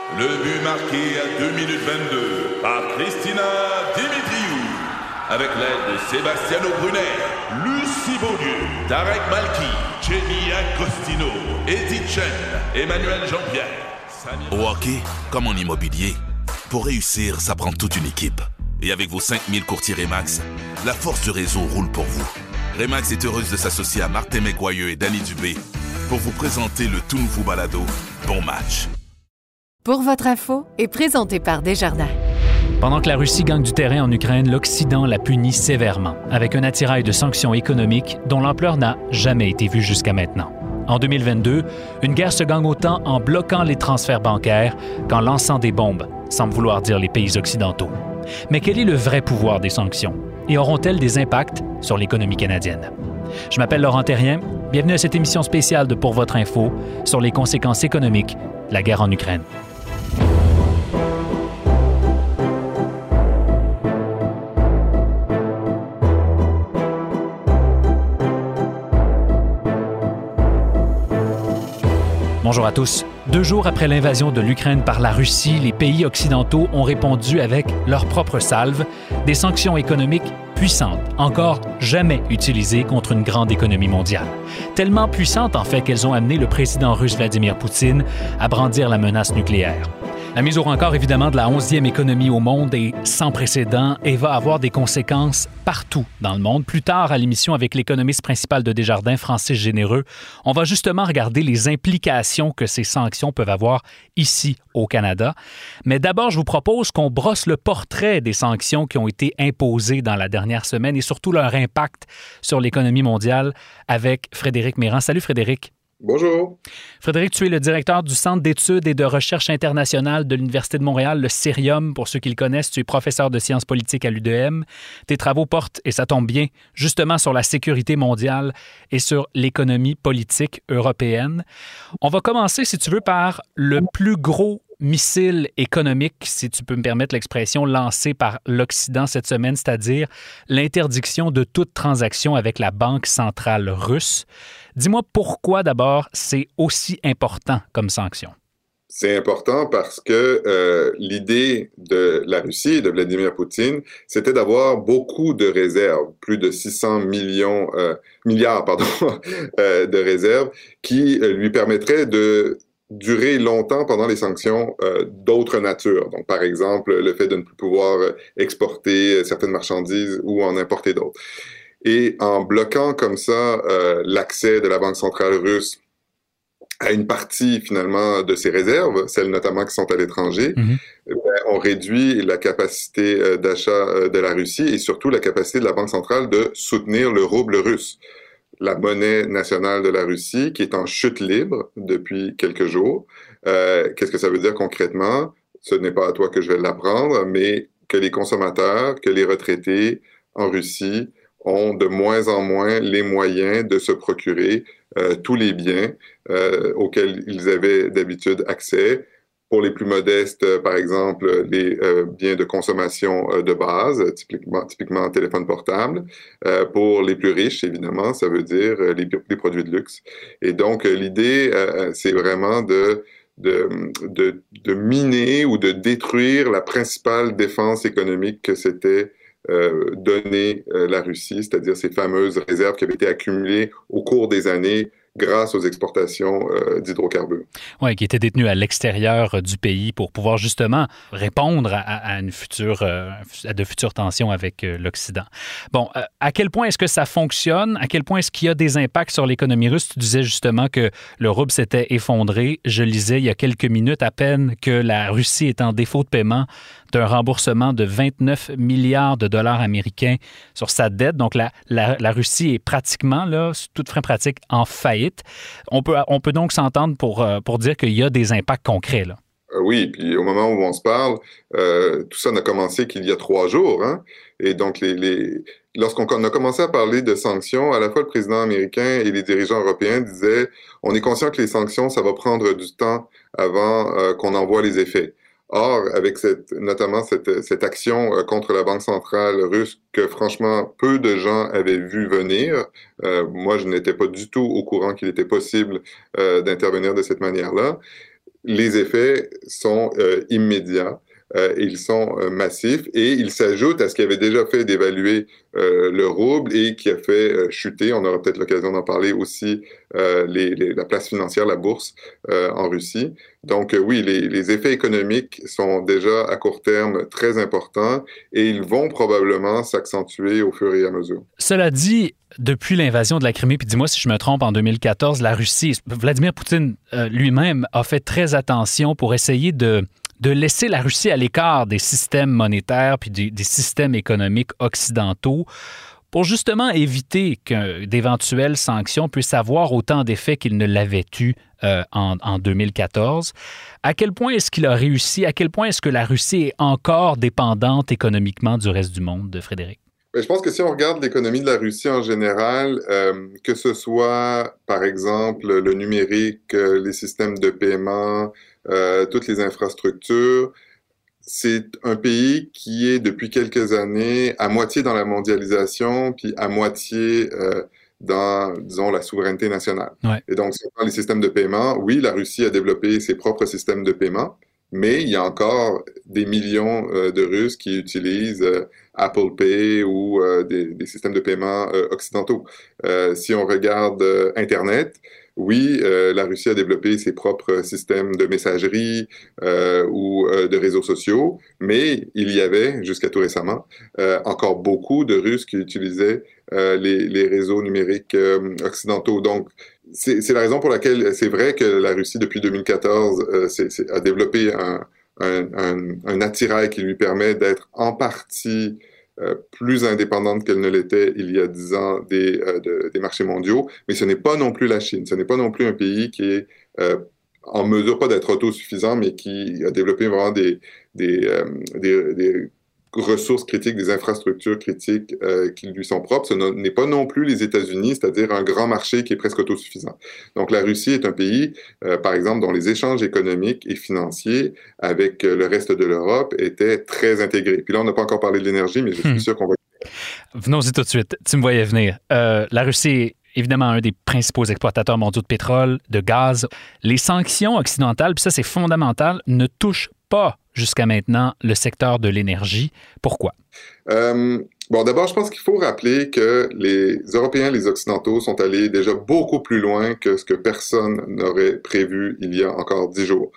Le but marqué à 2 minutes 22 par Christina Dimitriou. Avec l'aide de Sebastiano Brunet, Lucie Beaulieu, Tarek Malki, Jenny Agostino, Edith Chen, Emmanuel Jean-Pierre. Au hockey, comme en immobilier, pour réussir, ça prend toute une équipe. Et avec vos 5000 courtiers Remax, la force du réseau roule pour vous. Remax est heureuse de s'associer à Martin McGuire et Danny Dubé pour vous présenter le tout nouveau balado Bon Match. Pour votre info est présenté par Desjardins. Pendant que la Russie gagne du terrain en Ukraine, l'Occident la punit sévèrement, avec un attirail de sanctions économiques dont l'ampleur n'a jamais été vue jusqu'à maintenant. En 2022, une guerre se gagne autant en bloquant les transferts bancaires qu'en lançant des bombes, semble vouloir dire les pays occidentaux. Mais quel est le vrai pouvoir des sanctions? Et auront-elles des impacts sur l'économie canadienne? Je m'appelle Laurent Terrien. Bienvenue à cette émission spéciale de Pour votre info sur les conséquences économiques de la guerre en Ukraine. Bonjour à tous. 2 jours après l'invasion de l'Ukraine par la Russie, les pays occidentaux ont répondu avec leur propre salve, des sanctions économiques puissantes, encore jamais utilisées contre une grande économie mondiale. Tellement puissantes, en fait, qu'elles ont amené le président russe Vladimir Poutine à brandir la menace nucléaire. La mise au rencard, évidemment, de la 11e économie au monde est sans précédent et va avoir des conséquences partout dans le monde. Plus tard, à l'émission avec l'économiste principal de Desjardins, Francis Généreux, on va justement regarder les implications que ces sanctions peuvent avoir ici au Canada. Mais d'abord, je vous propose qu'on brosse le portrait des sanctions qui ont été imposées dans la dernière semaine et surtout leur impact sur l'économie mondiale avec Frédéric Mérand. Salut Frédéric. Bonjour. Frédéric, tu es le directeur du Centre d'études et de recherche internationale de l'Université de Montréal, le Cerium. Pour ceux qui le connaissent, tu es professeur de sciences politiques à l'UDM. Tes travaux portent, et ça tombe bien, justement sur la sécurité mondiale et sur l'économie politique européenne. On va commencer, si tu veux, par le plus gros missile économique, si tu peux me permettre l'expression, lancé par l'Occident cette semaine, c'est-à-dire l'interdiction de toute transaction avec la Banque centrale russe. Dis-moi pourquoi, d'abord, c'est aussi important comme sanction. C'est important parce que l'idée de la Russie et de Vladimir Poutine, c'était d'avoir beaucoup de réserves, plus de 600 milliards de réserves, qui lui permettraient de durer longtemps pendant les sanctions d'autres natures. Donc, par exemple, le fait de ne plus pouvoir exporter certaines marchandises ou en importer d'autres. Et en bloquant comme ça l'accès de la Banque centrale russe à une partie finalement de ses réserves, celles notamment qui sont à l'étranger, on réduit la capacité d'achat de la Russie et surtout la capacité de la Banque centrale de soutenir le rouble russe, la monnaie nationale de la Russie qui est en chute libre depuis quelques jours. Qu'est-ce que ça veut dire concrètement? Ce n'est pas à toi que je vais l'apprendre, mais que les consommateurs, que les retraités en Russie ont de moins en moins les moyens de se procurer tous les biens auxquels ils avaient d'habitude accès. Pour les plus modestes, par exemple, les biens de consommation de base, typiquement téléphone portable. Pour les plus riches, évidemment, ça veut dire les produits de luxe. Et donc, l'idée, c'est vraiment de miner ou de détruire la principale défense économique que s'était donnée la Russie, c'est-à-dire ces fameuses réserves qui avaient été accumulées au cours des années grâce aux exportations d'hydrocarbures. Oui, qui étaient détenus à l'extérieur du pays pour pouvoir justement répondre à de futures tensions avec l'Occident. Bon, à quel point est-ce que ça fonctionne? À quel point est-ce qu'il y a des impacts sur l'économie russe? Tu disais justement que le rouble s'était effondré. Je lisais il y a quelques minutes à peine que la Russie est en défaut de paiement d'un remboursement de 29 milliards de dollars américains sur sa dette. Donc, la Russie est pratiquement, là, sous toute fin pratique, en faillite. On peut donc s'entendre pour dire qu'il y a des impacts concrets, là. Oui, puis au moment où on se parle, tout ça n'a commencé qu'il y a 3 jours. Hein? Et donc, lorsqu'on a commencé à parler de sanctions, à la fois le président américain et les dirigeants européens disaient « On est conscient que les sanctions, ça va prendre du temps avant qu'on en voit les effets. » Or, avec notamment cette action contre la Banque centrale russe que franchement peu de gens avaient vu venir, moi je n'étais pas du tout au courant qu'il était possible d'intervenir de cette manière-là, les effets sont immédiats. Ils sont massifs et ils s'ajoutent à ce qui avait déjà fait d'évaluer le rouble et qui a fait chuter, on aura peut-être l'occasion d'en parler aussi, la place financière, la bourse en Russie. Donc oui, les effets économiques sont déjà à court terme très importants et ils vont probablement s'accentuer au fur et à mesure. Cela dit, depuis l'invasion de la Crimée, puis dis-moi si je me trompe, en 2014, la Russie, Vladimir Poutine lui-même a fait très attention pour essayer de laisser la Russie à l'écart des systèmes monétaires puis des systèmes économiques occidentaux pour justement éviter que d'éventuelles sanctions puissent avoir autant d'effets qu'ils ne l'avaient eu en 2014. À quel point est-ce qu'il a réussi? À quel point est-ce que la Russie est encore dépendante économiquement du reste du monde, Frédéric? Je pense que si on regarde l'économie de la Russie en général, que ce soit, par exemple, le numérique, les systèmes de paiement, toutes les infrastructures, c'est un pays qui est depuis quelques années à moitié dans la mondialisation, puis à moitié dans, disons, la souveraineté nationale. Ouais. Et donc, si on prend les systèmes de paiement, oui, la Russie a développé ses propres systèmes de paiement, mais il y a encore des millions de Russes qui utilisent Apple Pay ou des systèmes de paiement occidentaux. Si on regarde Internet, oui, la Russie a développé ses propres systèmes de messagerie ou de réseaux sociaux, mais il y avait, jusqu'à tout récemment, encore beaucoup de Russes qui utilisaient les réseaux numériques occidentaux. Donc, c'est la raison pour laquelle c'est vrai que la Russie, depuis 2014, a développé un attirail qui lui permet d'être en partie plus indépendante qu'elle ne l'était il y a 10 ans des marchés mondiaux, mais ce n'est pas non plus la Chine. Ce n'est pas non plus un pays qui est en mesure, pas d'être autosuffisant, mais qui a développé vraiment des ressources critiques, des infrastructures critiques qui lui sont propres. Ce n'est pas non plus les États-Unis, c'est-à-dire un grand marché qui est presque autosuffisant. Donc la Russie est un pays, par exemple, dont les échanges économiques et financiers avec le reste de l'Europe étaient très intégrés. Puis là, on n'a pas encore parlé de l'énergie, mais je suis sûr qu'on va... Venons-y tout de suite. Tu me voyais venir. La Russie est évidemment un des principaux exportateurs mondiaux de pétrole, de gaz. Les sanctions occidentales, puis ça c'est fondamental, ne touchent pas jusqu'à maintenant le secteur de l'énergie. Pourquoi? Bon, d'abord, je pense qu'il faut rappeler que les Européens, les Occidentaux sont allés déjà beaucoup plus loin que ce que personne n'aurait prévu il y a encore 10 jours.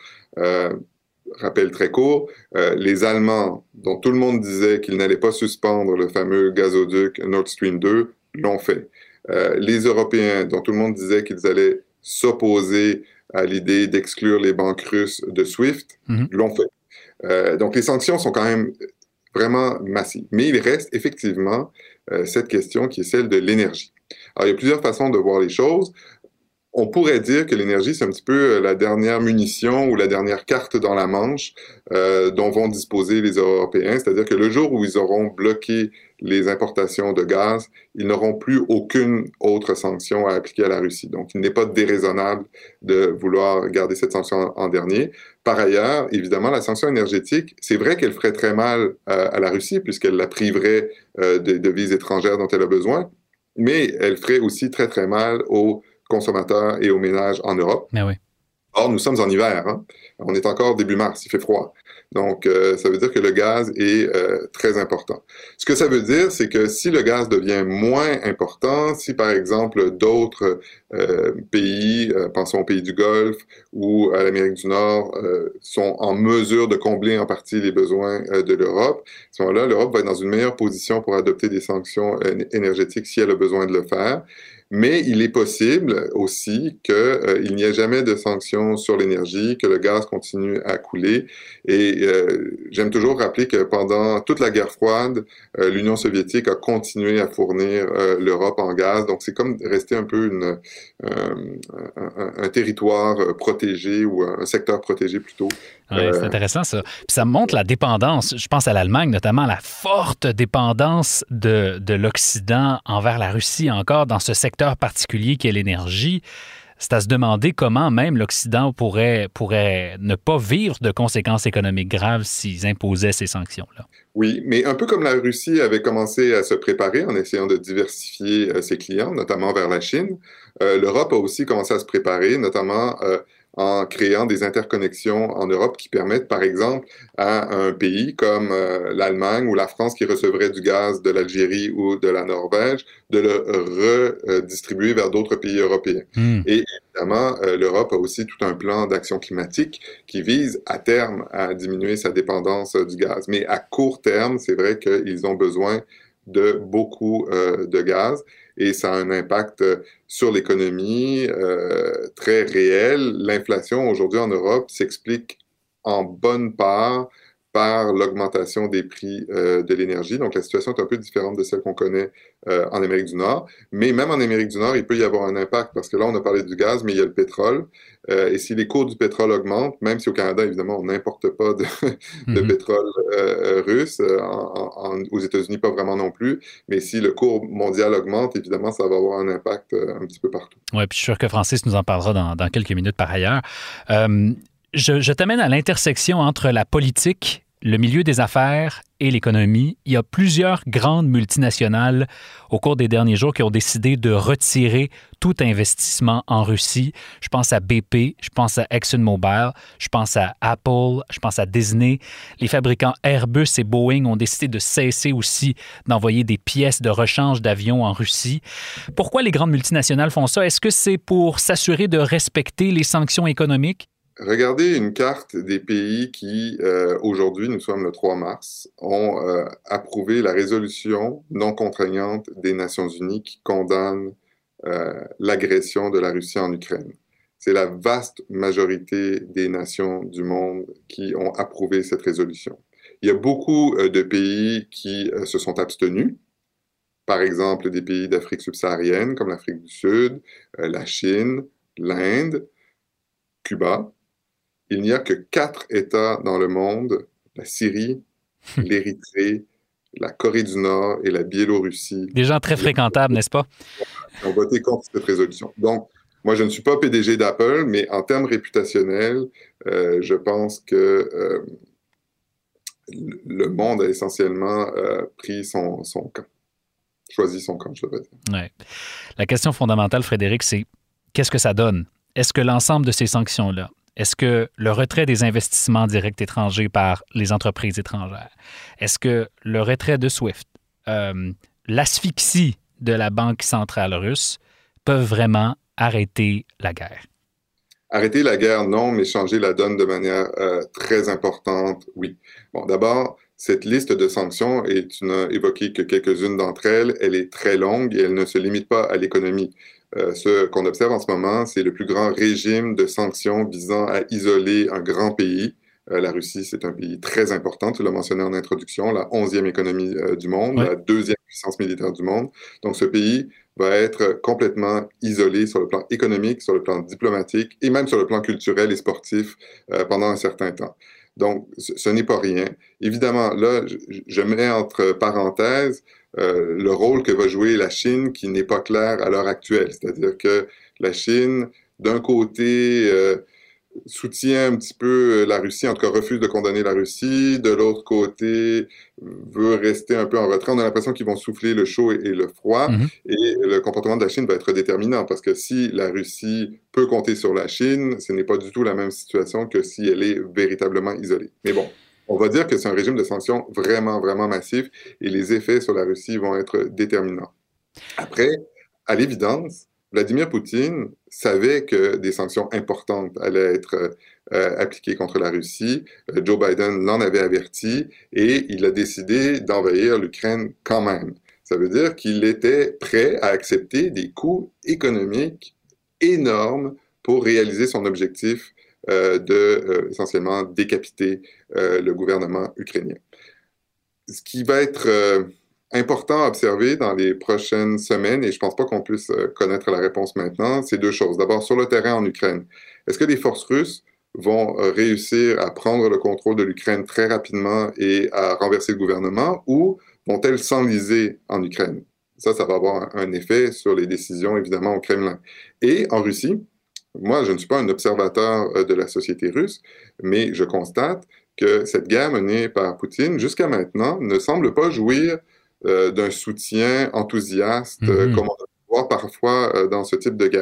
Rappel très court, les Allemands, dont tout le monde disait qu'ils n'allaient pas suspendre le fameux gazoduc Nord Stream 2, l'ont fait. Les Européens, dont tout le monde disait qu'ils allaient s'opposer à l'idée d'exclure les banques russes de SWIFT, l'ont fait. Donc, les sanctions sont quand même vraiment massives. Mais il reste effectivement cette question qui est celle de l'énergie. Alors, il y a plusieurs façons de voir les choses. On pourrait dire que l'énergie, c'est un petit peu la dernière munition ou la dernière carte dans la manche dont vont disposer les Européens. C'est-à-dire que le jour où ils auront bloqué les importations de gaz, ils n'auront plus aucune autre sanction à appliquer à la Russie. Donc, il n'est pas déraisonnable de vouloir garder cette sanction en dernier. Par ailleurs, évidemment, la sanction énergétique, c'est vrai qu'elle ferait très mal à la Russie puisqu'elle la priverait des devises étrangères dont elle a besoin, mais elle ferait aussi très, très mal aux consommateurs et aux ménages en Europe. Mais oui. Or, nous sommes en hiver. Hein? On est encore début mars, il fait froid. Donc, ça veut dire que le gaz est très important. Ce que ça veut dire, c'est que si le gaz devient moins important, si par exemple d'autres pays, pensons aux pays du Golfe ou à l'Amérique du Nord, sont en mesure de combler en partie les besoins de l'Europe, à ce moment-là, l'Europe va être dans une meilleure position pour adopter des sanctions énergétiques si elle a besoin de le faire. Mais il est possible aussi qu'il n'y ait jamais de sanctions sur l'énergie, que le gaz continue à couler. Et j'aime toujours rappeler que pendant toute la guerre froide, l'Union soviétique a continué à fournir l'Europe en gaz. Donc c'est comme rester un peu un territoire protégé ou un secteur protégé plutôt. Oui, c'est intéressant ça. Puis ça montre la dépendance, je pense à l'Allemagne notamment, la forte dépendance de l'Occident envers la Russie encore dans ce secteur particulier qui est l'énergie. C'est à se demander comment même l'Occident pourrait ne pas vivre de conséquences économiques graves s'ils imposaient ces sanctions-là. Oui, mais un peu comme la Russie avait commencé à se préparer en essayant de diversifier ses clients, notamment vers la Chine, l'Europe a aussi commencé à se préparer, notamment en créant des interconnexions en Europe qui permettent, par exemple, à un pays comme l'Allemagne ou la France qui recevrait du gaz de l'Algérie ou de la Norvège, de le redistribuer vers d'autres pays européens. Et évidemment, l'Europe a aussi tout un plan d'action climatique qui vise à terme à diminuer sa dépendance du gaz. Mais à court terme, c'est vrai qu'ils ont besoin de beaucoup de gaz et ça a un impact sur l'économie très réel. L'inflation aujourd'hui en Europe s'explique en bonne part par l'augmentation des prix de l'énergie. Donc, la situation est un peu différente de celle qu'on connaît en Amérique du Nord. Mais même en Amérique du Nord, il peut y avoir un impact parce que là, on a parlé du gaz, mais il y a le pétrole. Et si les cours du pétrole augmentent, même si au Canada, évidemment, on n'importe pas de pétrole russe, aux États-Unis, pas vraiment non plus, mais si le cours mondial augmente, évidemment, ça va avoir un impact un petit peu partout. Oui, puis je suis sûr que Francis nous en parlera dans quelques minutes par ailleurs. Je t'amène à l'intersection entre la politique, le milieu des affaires et l'économie. Il y a plusieurs grandes multinationales au cours des derniers jours qui ont décidé de retirer tout investissement en Russie. Je pense à BP, je pense à ExxonMobil, je pense à Apple, je pense à Disney. Les fabricants Airbus et Boeing ont décidé de cesser aussi d'envoyer des pièces de rechange d'avions en Russie. Pourquoi les grandes multinationales font ça? Est-ce que c'est pour s'assurer de respecter les sanctions économiques? Regardez une carte des pays qui, aujourd'hui, nous sommes le 3 mars, ont approuvé la résolution non contraignante des Nations Unies qui condamne l'agression de la Russie en Ukraine. C'est la vaste majorité des nations du monde qui ont approuvé cette résolution. Il y a beaucoup de pays qui se sont abstenus, par exemple des pays d'Afrique subsaharienne comme l'Afrique du Sud, la Chine, l'Inde, Cuba. Il n'y a que 4 États dans le monde, la Syrie, l'Érythrée, la Corée du Nord et la Biélorussie. Des gens très fréquentables, n'est-ce pas? Ont voté contre cette résolution. Donc, moi, je ne suis pas PDG d'Apple, mais en termes réputationnels, je pense que le monde a essentiellement pris son camp, choisi son camp, je devrais dire. Ouais. La question fondamentale, Frédéric, c'est qu'est-ce que ça donne? Est-ce que l'ensemble de ces sanctions-là, est-ce que le retrait des investissements directs étrangers par les entreprises étrangères, est-ce que le retrait de SWIFT, l'asphyxie de la Banque centrale russe peuvent vraiment arrêter la guerre? Arrêter la guerre, non, mais changer la donne de manière très importante, oui. Bon, d'abord, cette liste de sanctions, et tu n'as évoqué que quelques-unes d'entre elles, elle est très longue et elle ne se limite pas à l'économie. Ce qu'on observe en ce moment, c'est le plus grand régime de sanctions visant à isoler un grand pays. La Russie, c'est un pays très important, tu l'as mentionné en introduction, la 11e économie du monde, la 2e puissance militaire du monde. Donc, ce pays va être complètement isolé sur le plan économique, sur le plan diplomatique et même sur le plan culturel et sportif pendant un certain temps. Donc, ce n'est pas rien. Évidemment, là, je mets entre parenthèses le rôle que va jouer la Chine qui n'est pas clair à l'heure actuelle. C'est-à-dire que la Chine, d'un côté, soutient un petit peu la Russie, en tout cas refuse de condamner la Russie. De l'autre côté, veut rester un peu en retrait. On a l'impression qu'ils vont souffler le chaud et le froid. Et le comportement de la Chine va être déterminant parce que si la Russie peut compter sur la Chine, ce n'est pas du tout la même situation que si elle est véritablement isolée. Mais bon, on va dire que c'est un régime de sanctions vraiment, vraiment massif et les effets sur la Russie vont être déterminants. Après, à l'évidence, Vladimir Poutine savait que des sanctions importantes allaient être appliquées contre la Russie. Joe Biden l'en avait averti et il a décidé d'envahir l'Ukraine quand même. Ça veut dire qu'il était prêt à accepter des coûts économiques énormes pour réaliser son objectif essentiellement décapiter le gouvernement ukrainien. Ce qui va être important à observer dans les prochaines semaines, et je ne pense pas qu'on puisse connaître la réponse maintenant, c'est 2 choses. D'abord, sur le terrain en Ukraine, est-ce que les forces russes vont réussir à prendre le contrôle de l'Ukraine très rapidement et à renverser le gouvernement, ou vont-elles s'enliser en Ukraine? Ça va avoir un effet sur les décisions, évidemment, au Kremlin. Et en Russie, moi, je ne suis pas un observateur de la société russe, mais je constate que cette guerre menée par Poutine, jusqu'à maintenant, ne semble pas jouir d'un soutien enthousiaste comme on peut voir parfois dans ce type de guerre.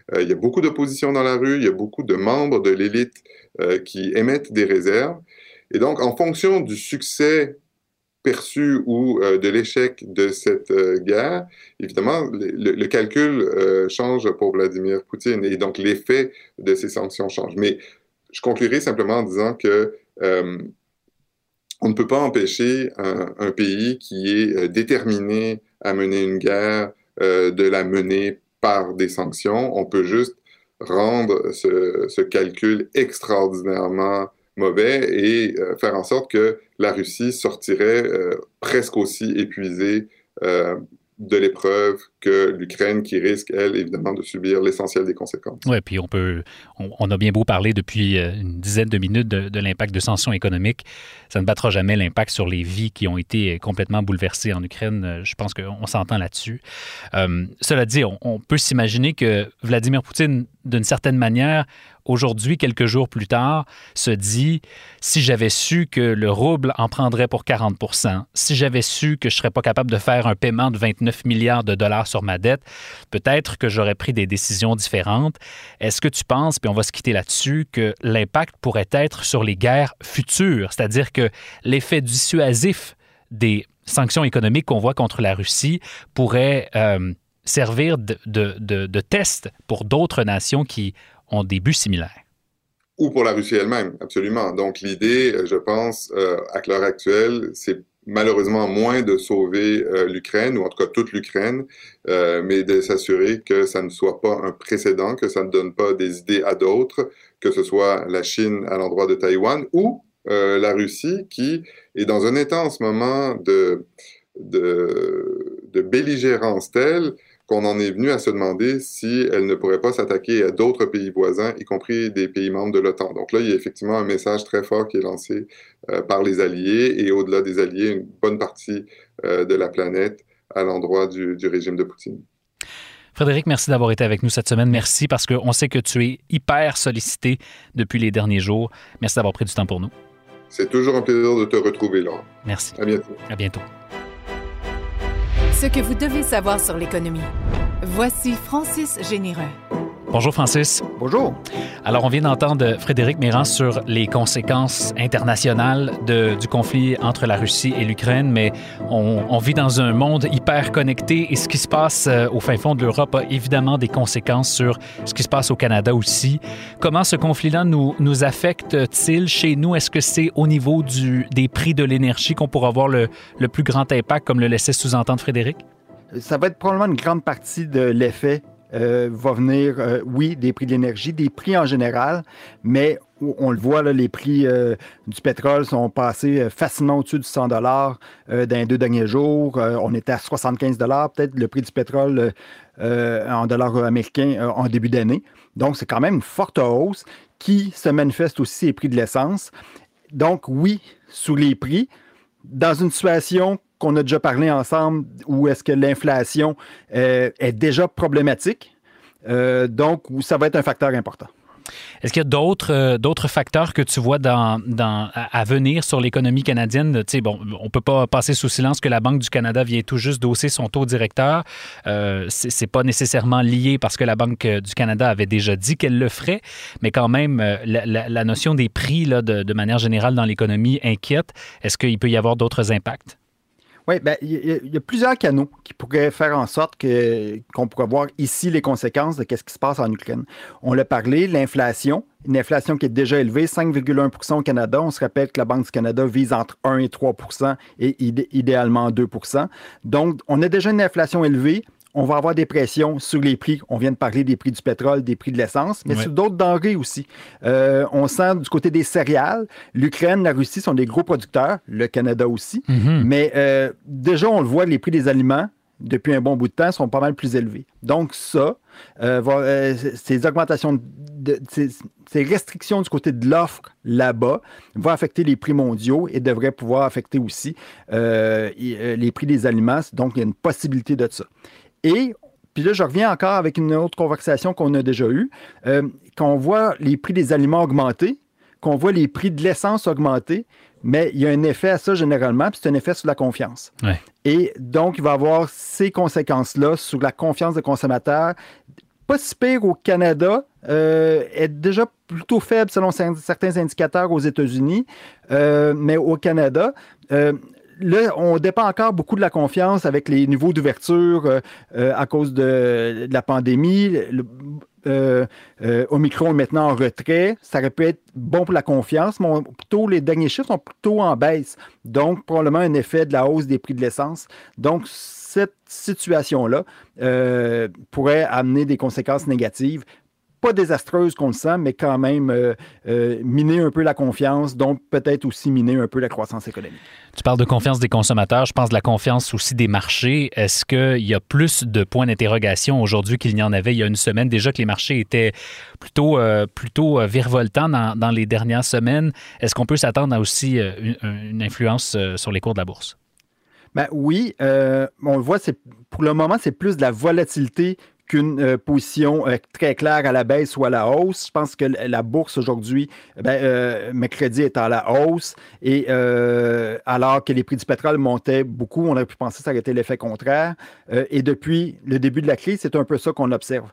il y a beaucoup d'opposition dans la rue, il y a beaucoup de membres de l'élite qui émettent des réserves. Et donc, en fonction du succès perçu ou de l'échec de cette guerre, évidemment, le calcul change pour Vladimir Poutine et donc l'effet de ces sanctions change. Mais je conclurai simplement en disant que on ne peut pas empêcher un pays qui est déterminé à mener une guerre de la mener par des sanctions. On peut juste rendre ce calcul extraordinairement mauvais et faire en sorte que la Russie sortirait presque aussi épuisée de l'épreuve que l'Ukraine, qui risque, elle, évidemment, de subir l'essentiel des conséquences. Oui, puis on a bien beau parler depuis une dizaine de minutes de l'impact de sanctions économiques. Ça ne battra jamais l'impact sur les vies qui ont été complètement bouleversées en Ukraine. Je pense qu'on s'entend là-dessus. Cela dit, on peut s'imaginer que Vladimir Poutine, d'une certaine manière, aujourd'hui, quelques jours plus tard, se dit « Si j'avais su que le rouble en prendrait pour 40 %, si j'avais su que je ne serais pas capable de faire un paiement de 29 milliards de dollars sur ma dette, peut-être que j'aurais pris des décisions différentes. » Est-ce que tu penses, puis on va se quitter là-dessus, que l'impact pourrait être sur les guerres futures, c'est-à-dire que l'effet dissuasif des sanctions économiques qu'on voit contre la Russie pourrait servir de test pour d'autres nations qui ont des buts similaires? Ou pour la Russie elle-même, absolument. Donc l'idée, je pense, à l'heure actuelle, c'est malheureusement moins de sauver l'Ukraine, ou en tout cas toute l'Ukraine, mais de s'assurer que ça ne soit pas un précédent, que ça ne donne pas des idées à d'autres, que ce soit la Chine à l'endroit de Taïwan, ou la Russie qui est dans un état en ce moment de belligérance telle qu'on en est venu à se demander si elle ne pourrait pas s'attaquer à d'autres pays voisins, y compris des pays membres de l'OTAN. Donc là, il y a effectivement un message très fort qui est lancé par les alliés et au-delà des alliés, une bonne partie de la planète à l'endroit du régime de Poutine. Frédéric, merci d'avoir été avec nous cette semaine. Merci parce qu'on sait que tu es hyper sollicité depuis les derniers jours. Merci d'avoir pris du temps pour nous. C'est toujours un plaisir de te retrouver, Laurent. Merci. À bientôt. À bientôt. Ce que vous devez savoir sur l'économie. Voici Francis Généreux. Bonjour Francis. Bonjour. Alors, on vient d'entendre Frédéric Mérand sur les conséquences internationales du conflit entre la Russie et l'Ukraine, mais on vit dans un monde hyper connecté et ce qui se passe au fin fond de l'Europe a évidemment des conséquences sur ce qui se passe au Canada aussi. Comment ce conflit-là nous affecte-t-il chez nous? Est-ce que c'est au niveau des prix de l'énergie qu'on pourra avoir le plus grand impact, comme le laissait sous-entendre Frédéric? Ça va être probablement une grande partie de l'effet va venir, oui, des prix de l'énergie, des prix en général, mais on le voit, là, les prix du pétrole sont passés facilement au-dessus du 100 $ dans les 2 derniers jours. On était à 75 $, peut-être, le prix du pétrole en dollars américains en début d'année. Donc, c'est quand même une forte hausse qui se manifeste aussi les prix de l'essence. Donc, oui, sous les prix, dans une situation qu'on a déjà parlé ensemble, où est-ce que l'inflation est déjà problématique. Donc, ça va être un facteur important. Est-ce qu'il y a d'autres facteurs que tu vois à venir sur l'économie canadienne? Tu sais, bon, on ne peut pas passer sous silence que la Banque du Canada vient tout juste d'hausser son taux directeur. C'est pas nécessairement lié parce que la Banque du Canada avait déjà dit qu'elle le ferait, mais quand même, la notion des prix là, de manière générale dans l'économie inquiète. Est-ce qu'il peut y avoir d'autres impacts? Oui, bien, il y a plusieurs canaux qui pourraient faire en sorte qu'on pourrait voir ici les conséquences de ce qui se passe en Ukraine. On l'a parlé, l'inflation, une inflation qui est déjà élevée, 5,1 % au Canada. On se rappelle que la Banque du Canada vise entre 1 et 3 % et idéalement 2 %. Donc, on a déjà une inflation élevée. On va avoir des pressions sur les prix. On vient de parler des prix du pétrole, des prix de l'essence, mais sur d'autres denrées aussi. On sent du côté des céréales, l'Ukraine, la Russie sont des gros producteurs, le Canada aussi. Mm-hmm. Mais déjà, on le voit, les prix des aliments, depuis un bon bout de temps, sont pas mal plus élevés. Donc ça, ces augmentations, ces restrictions du côté de l'offre là-bas vont affecter les prix mondiaux et devraient pouvoir affecter aussi les prix des aliments. Donc, il y a une possibilité de ça. Et puis là, je reviens encore avec une autre conversation qu'on a déjà eue. Quand on voit les prix des aliments augmenter, qu'on voit les prix de l'essence augmenter, mais il y a un effet à ça généralement, puis c'est un effet sur la confiance. Ouais. Et donc, il va y avoir ces conséquences-là sur la confiance des consommateurs, pas si pire au Canada, est déjà plutôt faible selon certains indicateurs aux États-Unis, mais au Canada, là, on dépend encore beaucoup de la confiance avec les niveaux d'ouverture à cause de la pandémie. Omicron est maintenant en retrait. Ça aurait pu être bon pour la confiance, mais les derniers chiffres sont plutôt en baisse. Donc, probablement un effet de la hausse des prix de l'essence. Donc, cette situation-là pourrait amener des conséquences négatives. Pas désastreuses qu'on le sent, mais quand même miner un peu la confiance, donc peut-être aussi miner un peu la croissance économique. Tu parles de confiance des consommateurs, je pense de la confiance aussi des marchés. Est-ce qu'il y a plus de points d'interrogation aujourd'hui qu'il n'y en avait il y a une semaine? Déjà que les marchés étaient plutôt virevoltants dans les dernières semaines. Est-ce qu'on peut s'attendre à aussi une influence sur les cours de la bourse? Ben oui, on le voit, pour le moment, c'est plus de la volatilité qu'une position très claire à la baisse ou à la hausse. Je pense que la bourse aujourd'hui, mercredi est à la hausse et alors que les prix du pétrole montaient beaucoup, on aurait pu penser que ça aurait été l'effet contraire. Et depuis le début de la crise, c'est un peu ça qu'on observe.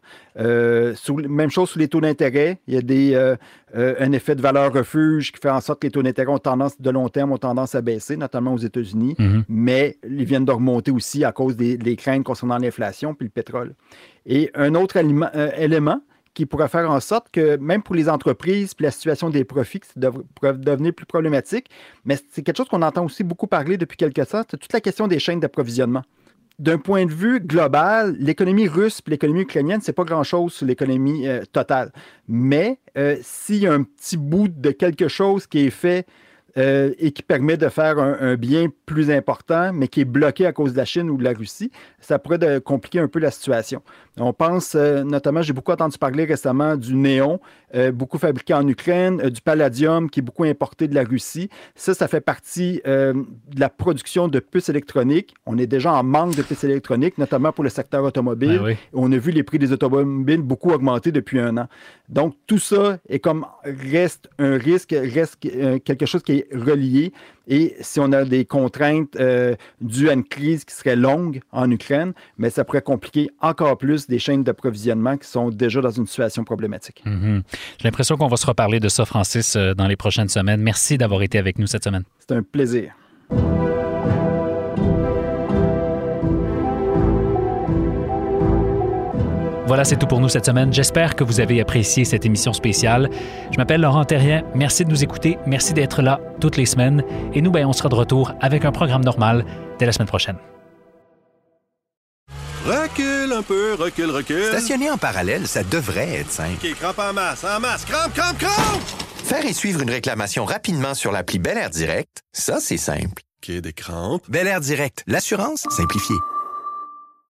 Même chose sous les taux d'intérêt. Il y a un effet de valeur refuge qui fait en sorte que les taux d'intérêt de long terme ont tendance à baisser, notamment aux États-Unis, mais ils viennent de remonter aussi à cause des craintes concernant l'inflation puis le pétrole. Et un autre élément qui pourrait faire en sorte que, même pour les entreprises, puis la situation des profits pourrait devenir plus problématique, mais c'est quelque chose qu'on entend aussi beaucoup parler depuis quelques temps, c'est toute la question des chaînes d'approvisionnement. D'un point de vue global, l'économie russe et l'économie ukrainienne, c'est pas grand-chose sur l'économie totale. Mais s'il y a un petit bout de quelque chose qui est fait et qui permet de faire un bien plus important, mais qui est bloqué à cause de la Chine ou de la Russie, ça pourrait compliquer un peu la situation. On pense notamment, j'ai beaucoup entendu parler récemment du néon, beaucoup fabriqué en Ukraine, du palladium qui est beaucoup importé de la Russie. Ça fait partie de la production de puces électroniques. On est déjà en manque de puces électroniques, notamment pour le secteur automobile. Oui. On a vu les prix des automobiles beaucoup augmenter depuis un an. Donc, tout ça reste un risque, reste quelque chose qui est relié. Et si on a des contraintes dues à une crise qui serait longue en Ukraine, mais ça pourrait compliquer encore plus des chaînes d'approvisionnement qui sont déjà dans une situation problématique. Mm-hmm. J'ai l'impression qu'on va se reparler de ça, Francis, dans les prochaines semaines. Merci d'avoir été avec nous cette semaine. C'est un plaisir. Voilà, c'est tout pour nous cette semaine. J'espère que vous avez apprécié cette émission spéciale. Je m'appelle Laurent Terrien. Merci de nous écouter. Merci d'être là toutes les semaines. Et nous, on sera de retour avec un programme normal dès la semaine prochaine. Recule un peu, recule. Stationner en parallèle, ça devrait être simple. OK, crampe en masse, crampe! Faire et suivre une réclamation rapidement sur l'appli Bel Air Direct, ça, c'est simple. OK, des crampes. Bel Air Direct, l'assurance simplifiée.